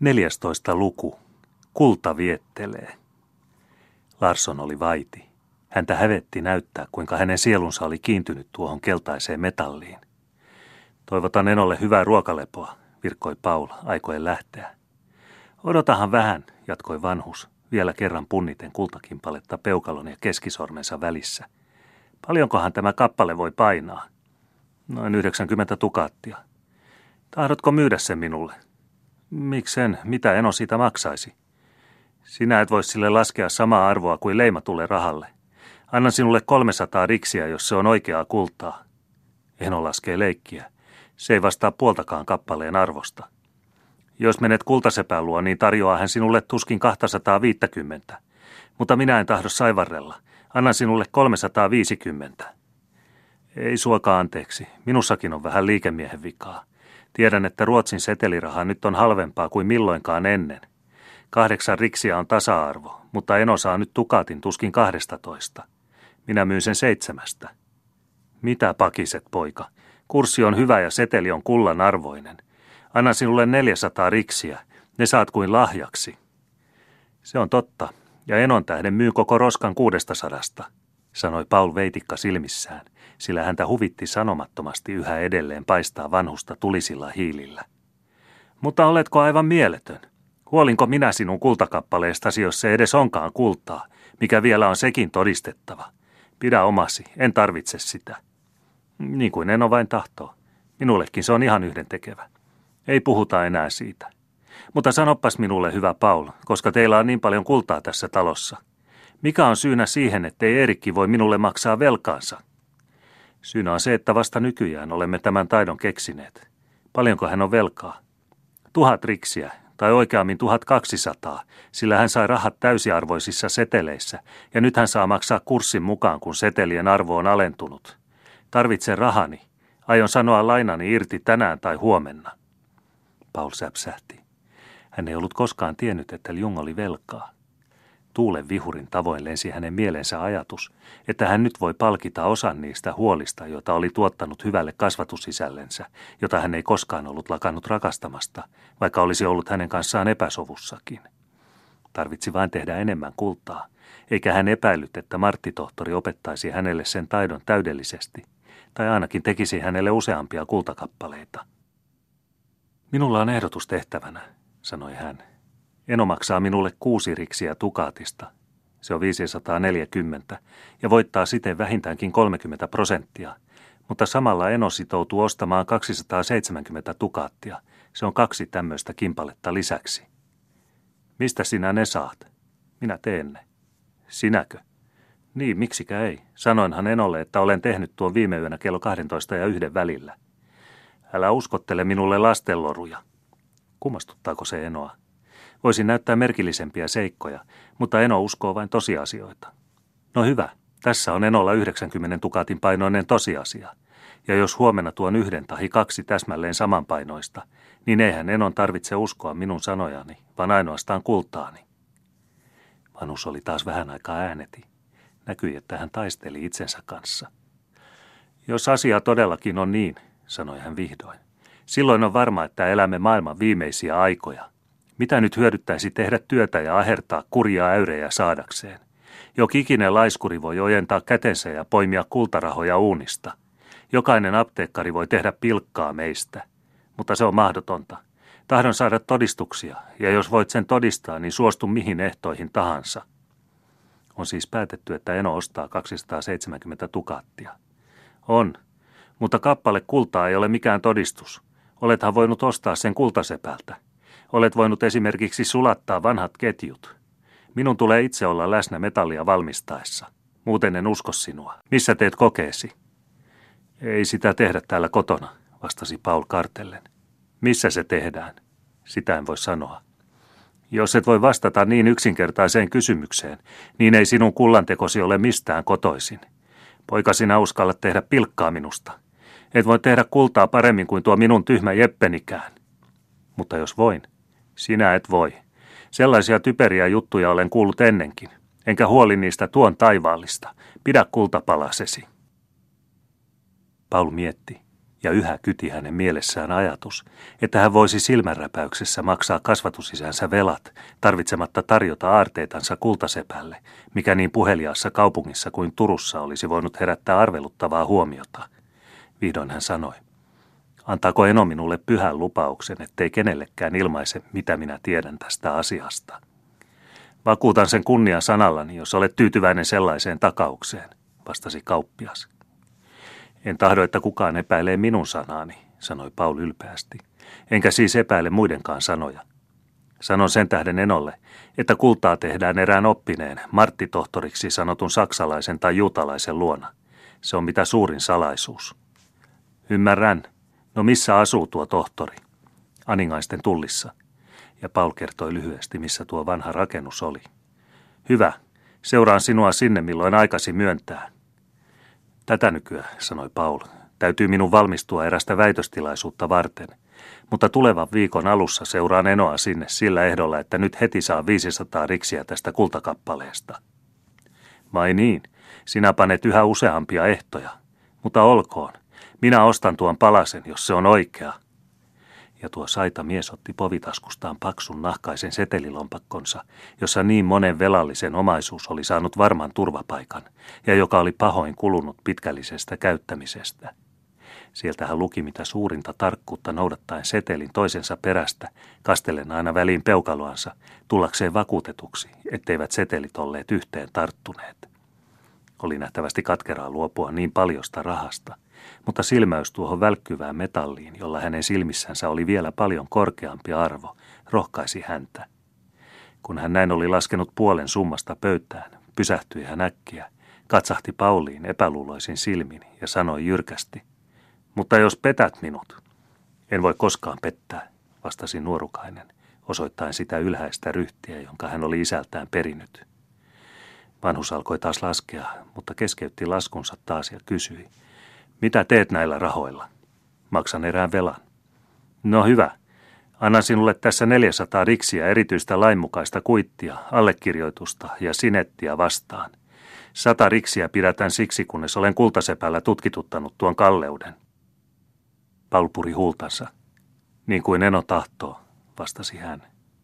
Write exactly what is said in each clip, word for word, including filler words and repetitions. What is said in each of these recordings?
Neljästoista luku. Kulta viettelee. Larsson oli vaiti. Häntä hävetti näyttää, kuinka hänen sielunsa oli kiintynyt tuohon keltaiseen metalliin. Toivotan Enolle hyvää ruokalepoa, virkkoi Paul aikoen lähteä. Odotahan vähän, jatkoi vanhus, vielä kerran punniten kultakimpaletta peukalon ja keskisormensa välissä. Paljonkohan tämä kappale voi painaa? Noin yhdeksänkymmentä tukaattia. Tahdotko myydä sen minulle? Miksen, mitä Eno siitä maksaisi? Sinä et voi sille laskea samaa arvoa kuin leimatulle rahalle. Annan sinulle kolmesataa riksiä, jos se on oikeaa kultaa. Eno laskee leikkiä. Se ei vastaa puoltakaan kappaleen arvosta. Jos menet kultasepän luo, niin tarjoaa hän sinulle tuskin kaksisataaviisikymmentä. Mutta minä en tahdo saivarrella. Annan sinulle kolmesataaviisikymmentä. Ei suokaa anteeksi. Minussakin on vähän liikemiehen vikaa. Tiedän, että Ruotsin seteliraha nyt on halvempaa kuin milloinkaan ennen. Kahdeksan riksiä on tasa-arvo, mutta Eno saa nyt tukaatin tuskin kahdestatoista. Minä myyn sen seitsemästä. Mitä pakiset, poika? Kurssi on hyvä ja seteli on kullan arvoinen. Annan sinulle neljäsataa riksiä. Ne saat kuin lahjaksi. Se on totta, ja Enon tähden myy koko roskan kuudestasadasta, sanoi Paul veitikka silmissään, sillä häntä huvitti sanomattomasti yhä edelleen paistaa vanhusta tulisilla hiilillä. Mutta oletko aivan mieletön? Huolinko minä sinun kultakappaleestasi, jos se edes onkaan kultaa, mikä vielä on sekin todistettava? Pidä omasi, en tarvitse sitä. Niin kuin Eno vain tahtoo. Minullekin se on ihan yhdentekevä. Ei puhuta enää siitä. Mutta sanoppas minulle, hyvä Paul, koska teillä on niin paljon kultaa tässä talossa. Mikä on syynä siihen, ettei Eerikki voi minulle maksaa velkaansa? Syynä on se, että vasta nykyään olemme tämän taidon keksineet. Paljonko hän on velkaa? Tuhat riksiä, tai oikeammin tuhat kaksisataa, sillä hän sai rahat täysiarvoisissa seteleissä, ja nyt hän saa maksaa kurssin mukaan, kun setelien arvo on alentunut. Tarvitsen rahani. Aion sanoa lainani irti tänään tai huomenna. Paul säpsähti. Hän ei ollut koskaan tiennyt, että Ljung oli velkaa. Tuulen vihurin tavoin lensi hänen mielensä ajatus, että hän nyt voi palkita osan niistä huolista, joita oli tuottanut hyvälle kasvatusisällensä, jota hän ei koskaan ollut lakannut rakastamasta, vaikka olisi ollut hänen kanssaan epäsovussakin. Tarvitsi vain tehdä enemmän kultaa, eikä hän epäillyt, että Martti-tohtori opettaisi hänelle sen taidon täydellisesti, tai ainakin tekisi hänelle useampia kultakappaleita. Minulla on ehdotus tehtävänä, sanoi hän. Eno maksaa minulle kuusi riksiä tukaatista. Se on viisisataaneljäkymmentä ja voittaa siten vähintäänkin kolmekymmentä prosenttia, mutta samalla Eno sitoutuu ostamaan kaksisataaseitsemänkymmentä tukaattia. Se on kaksi tämmöistä kimpaletta lisäksi. Mistä sinä ne saat? Minä teen ne. Sinäkö? Niin, miksikä ei. Sanoinhan Enolle, että olen tehnyt tuon viime yönä kello kahdentoista ja yhden välillä. Älä uskottele minulle lastenloruja. Kummastuttaako se Enoa? Voisin näyttää merkillisempiä seikkoja, mutta Eno uskoo vain tosiasioita. No hyvä, tässä on Enolla yhdeksänkymmentä tukaatin painoinen tosiasia. Ja jos huomenna tuon yhden tahi kaksi täsmälleen samanpainoista, niin eihän Enon tarvitse uskoa minun sanojani, vaan ainoastaan kultaani. Vanhus oli taas vähän aikaa ääneti. Näkyi, että hän taisteli itsensä kanssa. Jos asia todellakin on niin, sanoi hän vihdoin, silloin on varma, että elämme maailman viimeisiä aikoja. Mitä nyt hyödyttäisi tehdä työtä ja ahertaa kurjaa äyrejä saadakseen? Jo kikinen laiskuri voi ojentaa kätensä ja poimia kultarahoja uunista. Jokainen apteekkari voi tehdä pilkkaa meistä, mutta se on mahdotonta. Tahdon saada todistuksia, ja jos voit sen todistaa, niin suostu mihin ehtoihin tahansa. On siis päätetty, että Eno ostaa kaksisataaseitsemänkymmentä tukaattia. On, mutta kappale kultaa ei ole mikään todistus. Olethan voinut ostaa sen kultasepältä. Olet voinut esimerkiksi sulattaa vanhat ketjut. Minun tulee itse olla läsnä metallia valmistaessa. Muuten en usko sinua. Missä teet kokeesi? Ei sitä tehdä täällä kotona, vastasi Paul kartellen. Missä se tehdään? Sitä en voi sanoa. Jos et voi vastata niin yksinkertaiseen kysymykseen, niin ei sinun kullantekosi ole mistään kotoisin. Poika, sinä uskallat tehdä pilkkaa minusta. Et voi tehdä kultaa paremmin kuin tuo minun tyhmä jeppenikään. Mutta jos voin, sinä et voi. Sellaisia typeriä juttuja olen kuullut ennenkin, enkä huoli niistä tuon taivaallista. Pidä kultapalasesi. Paul mietti, ja yhä kyti hänen mielessään ajatus, että hän voisi silmänräpäyksessä maksaa kasvatusisänsä velat, tarvitsematta tarjota aarteitansa kultasepälle, mikä niin puheliaassa kaupungissa kuin Turussa olisi voinut herättää arveluttavaa huomiota. Vihdoin hän sanoi, antaako eno minulle pyhän lupauksen, ettei kenellekään ilmaise, mitä minä tiedän tästä asiasta. Vakuutan sen kunnian sanallani, jos olet tyytyväinen sellaiseen takaukseen, vastasi kauppias. En tahdo, että kukaan epäilee minun sanaani, sanoi Paul ylpeästi, enkä siis epäile muidenkaan sanoja. Sanon sen tähden enolle, että kultaa tehdään erään oppineen, Martti-tohtoriksi sanotun saksalaisen tai juutalaisen luona. Se on mitä suurin salaisuus. Ymmärrän. No missä asuu tuo tohtori? Aningaisten tullissa. Ja Paul kertoi lyhyesti, missä tuo vanha rakennus oli. Hyvä. Seuraan sinua sinne, milloin aikasi myöntää. Tätä nykyä, sanoi Paul. Täytyy minun valmistua erästä väitöstilaisuutta varten. Mutta tulevan viikon alussa seuraan enoa sinne sillä ehdolla, että nyt heti saa viisisataa riksiä tästä kultakappaleesta. Vai niin, sinä panet yhä useampia ehtoja. Mutta olkoon. Minä ostan tuon palasen, jos se on oikea. Ja tuo saita mies otti povitaskustaan paksun nahkaisen setelilompakkonsa, jossa niin monen velallisen omaisuus oli saanut varman turvapaikan, ja joka oli pahoin kulunut pitkällisestä käyttämisestä. Sieltä hän luki mitä suurinta tarkkuutta noudattaen setelin toisensa perästä, kastellen aina väliin peukaloansa, tullakseen vakuutetuksi, etteivät setelit olleet yhteen tarttuneet. Oli nähtävästi katkeraa luopua niin paljosta rahasta, mutta silmäys tuohon välkkyvään metalliin, jolla hänen silmissänsä oli vielä paljon korkeampi arvo, rohkaisi häntä. Kun hän näin oli laskenut puolen summasta pöytään, pysähtyi hän äkkiä, katsahti Pauliin epäluuloisin silmin ja sanoi jyrkästi, mutta jos petät minut. En voi koskaan pettää, vastasi nuorukainen, osoittaen sitä ylhäistä ryhtiä, jonka hän oli isältään perinyt. Vanhus alkoi taas laskea, mutta keskeytti laskunsa taas ja kysyi, mitä teet näillä rahoilla? Maksan erään velan. No hyvä. Annan sinulle tässä neljäsataa riksiä erityistä lainmukaista kuittia, allekirjoitusta ja sinettiä vastaan. Sata riksiä pidätän siksi, kunnes olen kultasepällä tutkituttanut tuon kalleuden. Paul puri huultansa. Niin kuin eno tahtoo, vastasi hän.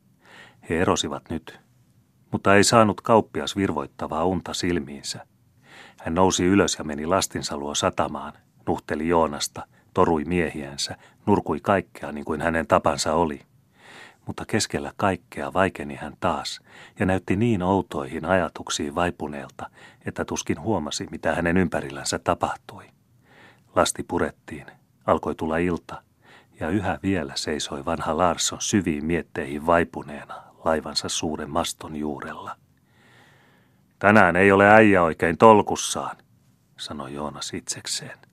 He erosivat nyt, mutta ei saanut kauppias virvoittavaa unta silmiinsä. Hän nousi ylös ja meni lastinsa luo satamaan, nuhteli Joonasta, torui miehiänsä, nurkui kaikkea niin kuin hänen tapansa oli. Mutta keskellä kaikkea vaikeni hän taas ja näytti niin outoihin ajatuksiin vaipuneelta, että tuskin huomasi, mitä hänen ympärillänsä tapahtui. Lasti purettiin, alkoi tulla ilta, ja yhä vielä seisoi vanha Larsson syviin mietteihin vaipuneena laivansa suuren maston juurella. Tänään ei ole äijä oikein tolkussaan, sanoi Joonas itsekseen.